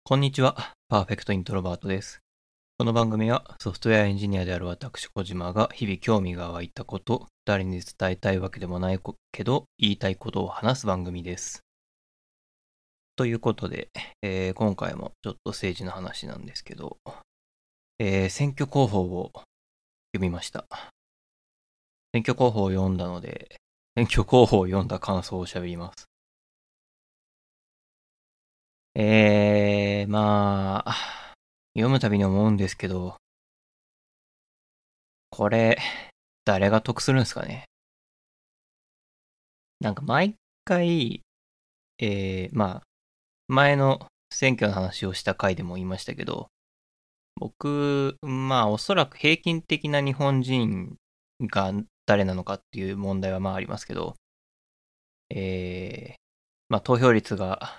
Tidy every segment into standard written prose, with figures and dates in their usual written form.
こんにちは。パーフェクトイントロバートです。この番組はソフトウェアエンジニアである私小島が日々興味が湧いたこと、誰に伝えたいわけでもないけど言いたいことを話す番組です。ということで、今回もちょっと政治の話なんですけど、選挙広報を読みました。選挙広報を読んだので、選挙広報を読んだ感想を喋ります。読むたびに思うんですけど、これ、誰が得するんですかね。なんか毎回、前の選挙の話をした回でも言いましたけど、僕、おそらく平均的な日本人が誰なのかっていう問題はありますけど、投票率が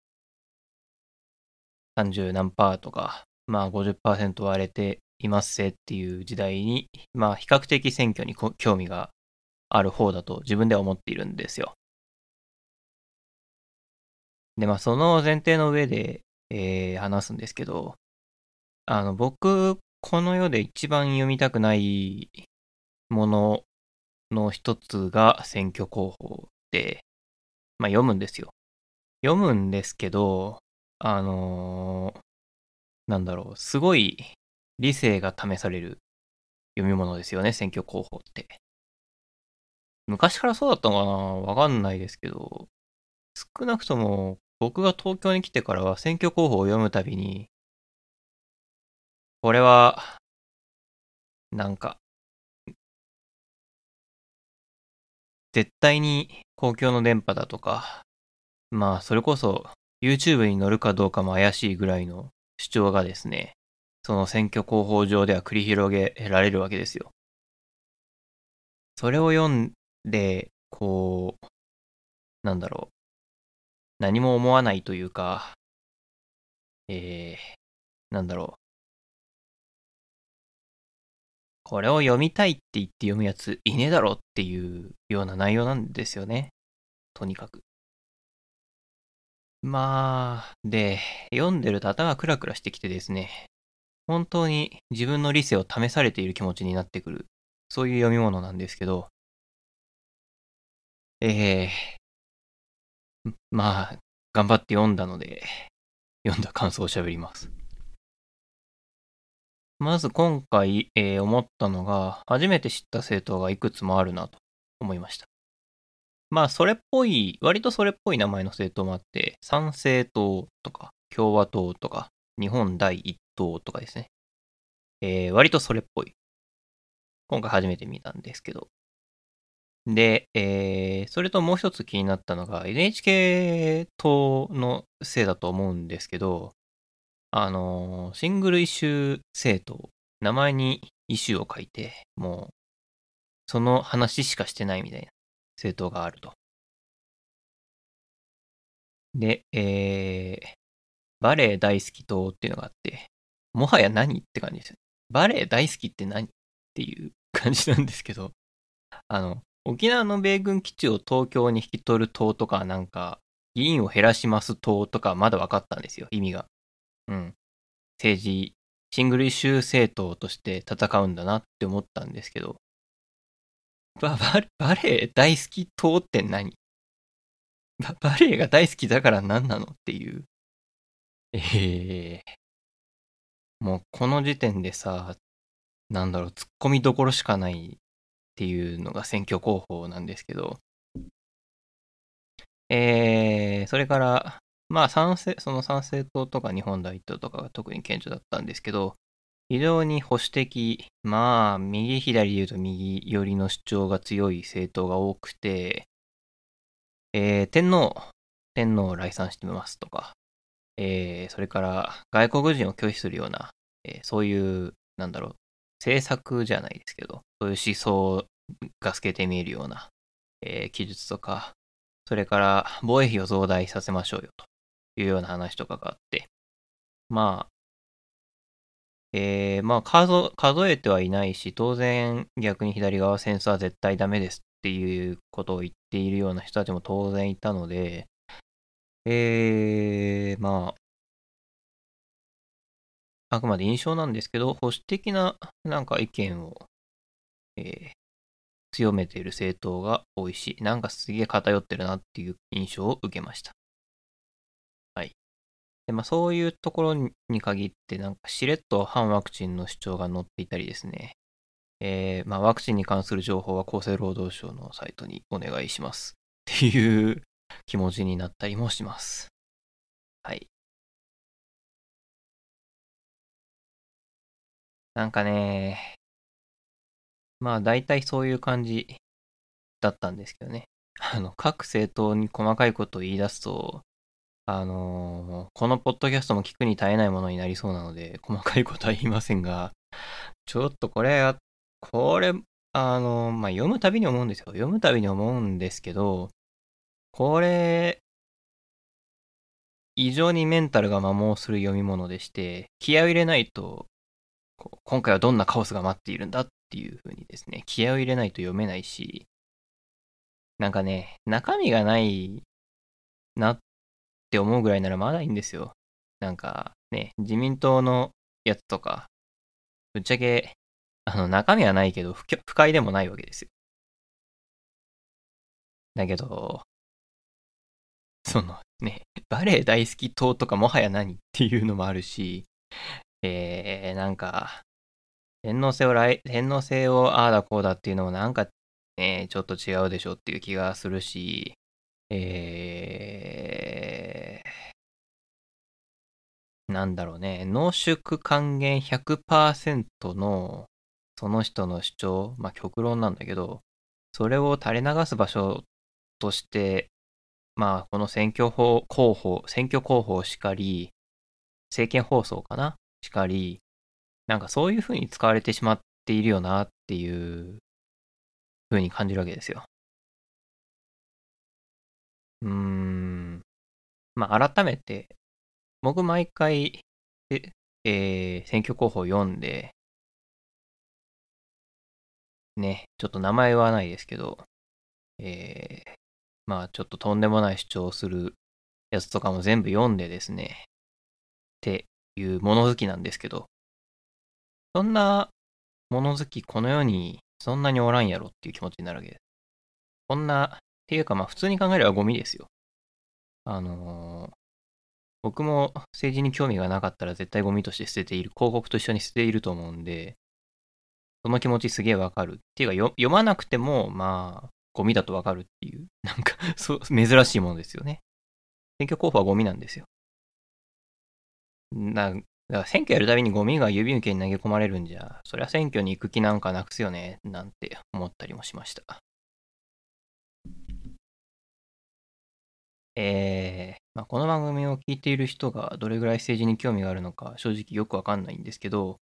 30何パーとか、50%割れていますせっていう時代に、比較的選挙に興味がある方だと自分では思っているんですよ。で、その前提の上で、話すんですけど、僕、この世で一番読みたくないものの一つが選挙広報で、読むんですよ。読むんですけど、あのーすごい理性が試される読み物ですよね、選挙広報って。昔からそうだったのかなわかんないですけど、少なくとも僕が東京に来てからは選挙広報を読むたびに、これは、なんか、絶対に公共の電波だとか、それこそ YouTube に載るかどうかも怪しいぐらいの主張がですね、その選挙広報上では繰り広げられるわけですよ。それを読んで、何も思わないというか、えなんだろう、これを読みたいって言って読むやついねえだろっていうような内容なんですよね。とにかく。で、読んでると頭がクラクラしてきてですね、本当に自分の理性を試されている気持ちになってくる、そういう読み物なんですけど、え頑張って読んだので、読んだ感想を喋ります。まず今回、思ったのが、初めて知った政党がいくつもあるなと思いました。それっぽい、割とそれっぽい名前の政党もあって、参政党とか、共和党とか、日本第一党とかですね。割とそれっぽい。今回初めて見たんですけど。で、それともう一つ気になったのが NHK 党のせいだと思うんですけど、シングルイシュー政党、名前にイシューを書いて、もう、その話しかしてないみたいな政党があると。で、バレエ大好き党っていうのがあって、もはや何って感じですよ。バレエ大好きって何っていう感じなんですけど、沖縄の米軍基地を東京に引き取る党とか、議員を減らします党とか、まだ分かったんですよ、意味が。うん。政治、シングルイシュー政党として戦うんだなって思ったんですけど、バレエ大好き党って何バレエが大好きだから何なのっていう。もうこの時点でさ、突っ込みどころしかないっていうのが選挙広報なんですけど、それから、その参政党とか日本第一党とかが特に顕著だったんですけど、非常に保守的、右左で言うと右寄りの主張が強い政党が多くて、天皇を来賛してみますとか、それから外国人を拒否するような、そういう、政策じゃないですけど、そういう思想が透けて見えるような、記述とか、それから防衛費を増大させましょうよというような話とかがあって、まあ、数えてはいないし、当然逆に左側戦争は絶対ダメですっていうことを言っているような人たちも当然いたので、 あくまで印象なんですけど、保守的ななんか意見を、えー強めている政党が多いし、なんかすげえ偏ってるなっていう印象を受けました。はい。で、まあそういうところに限って、なんかしれっと反ワクチンの主張が載っていたりですね。まあワクチンに関する情報は厚生労働省のサイトにお願いします。っていう気持ちになったりもします。はい。なんかね、まあ大体そういう感じだったんですけどね。各政党に細かいことを言い出すと、このポッドキャストも聞くに耐えないものになりそうなので、細かいことは言いませんが、ちょっとこれ、まあ、読むたびに思うんですよ。読むたびに思うんですけど、これ、異常にメンタルが摩耗する読み物でして、気合を入れないと、今回はどんなカオスが待っているんだっていう風にですね、気合を入れないと読めないし、なんかね、中身がないなって思うぐらいならまだいいんですよ。なんかね、自民党のやつとか、ぶっちゃけ、中身はないけど、不快でもないわけですよ。だけど、そのね、バレエ大好き党とかもはや何っていうのもあるし、なんか、天皇制をああだこうだっていうのもなんかね、ちょっと違うでしょっていう気がするし、えなんだろうね、濃縮還元100%のその人の主張、まあ極論なんだけど、それを垂れ流す場所として、まあこの選挙広報しかり、政見放送かなしかり、なんかそういう風に使われてしまっているよなっていう風に感じるわけですよ。うーん。まあ改めて、僕毎回、え選挙候補を読んで、ね、ちょっと名前はないですけど、まあちょっととんでもない主張をするやつとかも全部読んでですね、っていう物好きなんですけど、そんな物好きこの世にそんなにおらんやろっていう気持ちになるわけです。こんな、っていうかまあ普通に考えればゴミですよ。あのー僕も政治に興味がなかったら絶対ゴミとして捨てている、広告と一緒に捨てていると思うんで、その気持ちすげえわかる。っていうか読まなくても、まあ、ゴミだとわかるっていう、なんか珍しいものですよね。選挙候補はゴミなんですよ。だから選挙やるたびにゴミが指受けに投げ込まれるんじゃ、そりゃ選挙に行く気なんかなくすよね、なんて思ったりもしました。まあ、この番組を聞いている人がどれぐらい政治に興味があるのか正直よくわかんないんですけど、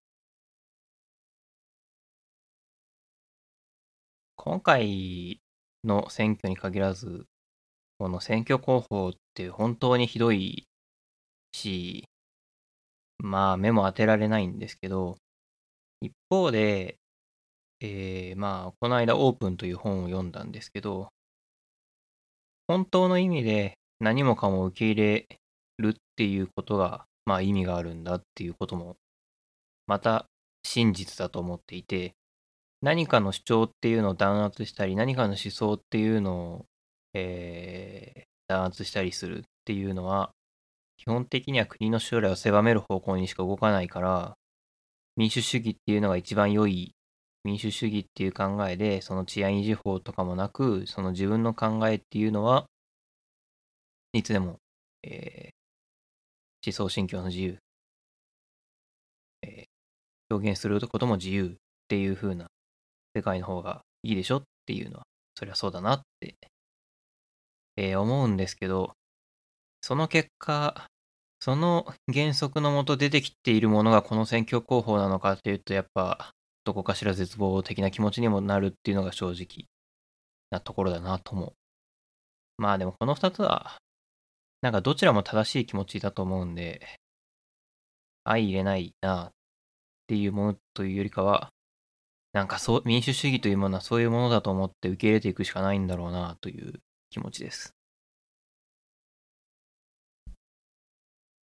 今回の選挙に限らず、この選挙候補って本当にひどいし、まあ目も当てられないんですけど、一方で、まあこの間オープンという本を読んだんですけど、本当の意味で何もかも受け入れるっていうことが、まあ意味があるんだっていうことも、また真実だと思っていて、何かの主張っていうのを弾圧したり、何かの思想っていうのを、弾圧したりするっていうのは、基本的には国の将来を狭める方向にしか動かないから、民主主義っていうのが一番良い、民主主義っていう考えで、その治安維持法とかもなく、その自分の考えっていうのは、いつでも、え思想信教の自由、え表現することも自由っていう風な世界の方がいいでしょっていうのは、そりゃそうだなって、思うんですけど、その結果、その原則のもと出てきているものがこの選挙候補なのかっていうと、やっぱ、どこかしら絶望的な気持ちにもなるっていうのが正直なところだなと思う。まあでもこの二つは、なんかどちらも正しい気持ちだと思うんで、相入れないなっていうものというよりかは、なんかそう、民主主義というものはそういうものだと思って受け入れていくしかないんだろうなという気持ちです。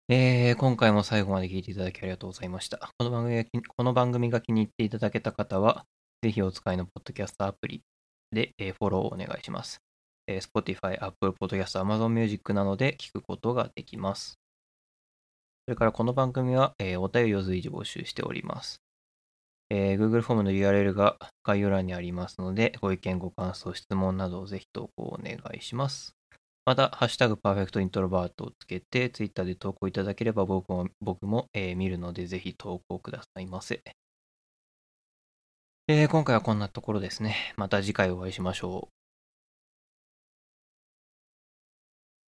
今回も最後まで聞いていただきありがとうございました。この番組が気に入っていただけた方は、ぜひお使いのポッドキャストアプリで、フォローをお願いします。Spotify、Apple Podcast、Amazon Music などで聞くことができます。それからこの番組は、お便りを随時募集しております。Google フォームの URL が概要欄にありますので、ご意見、ご感想、質問などをぜひ投稿お願いします。また、ハッシュタグパーフェクトイントロバートをつけて、ツイッターで投稿いただければ僕も見るので、ぜひ投稿くださいませ。今回はこんなところですね。また次回お会いしましょう。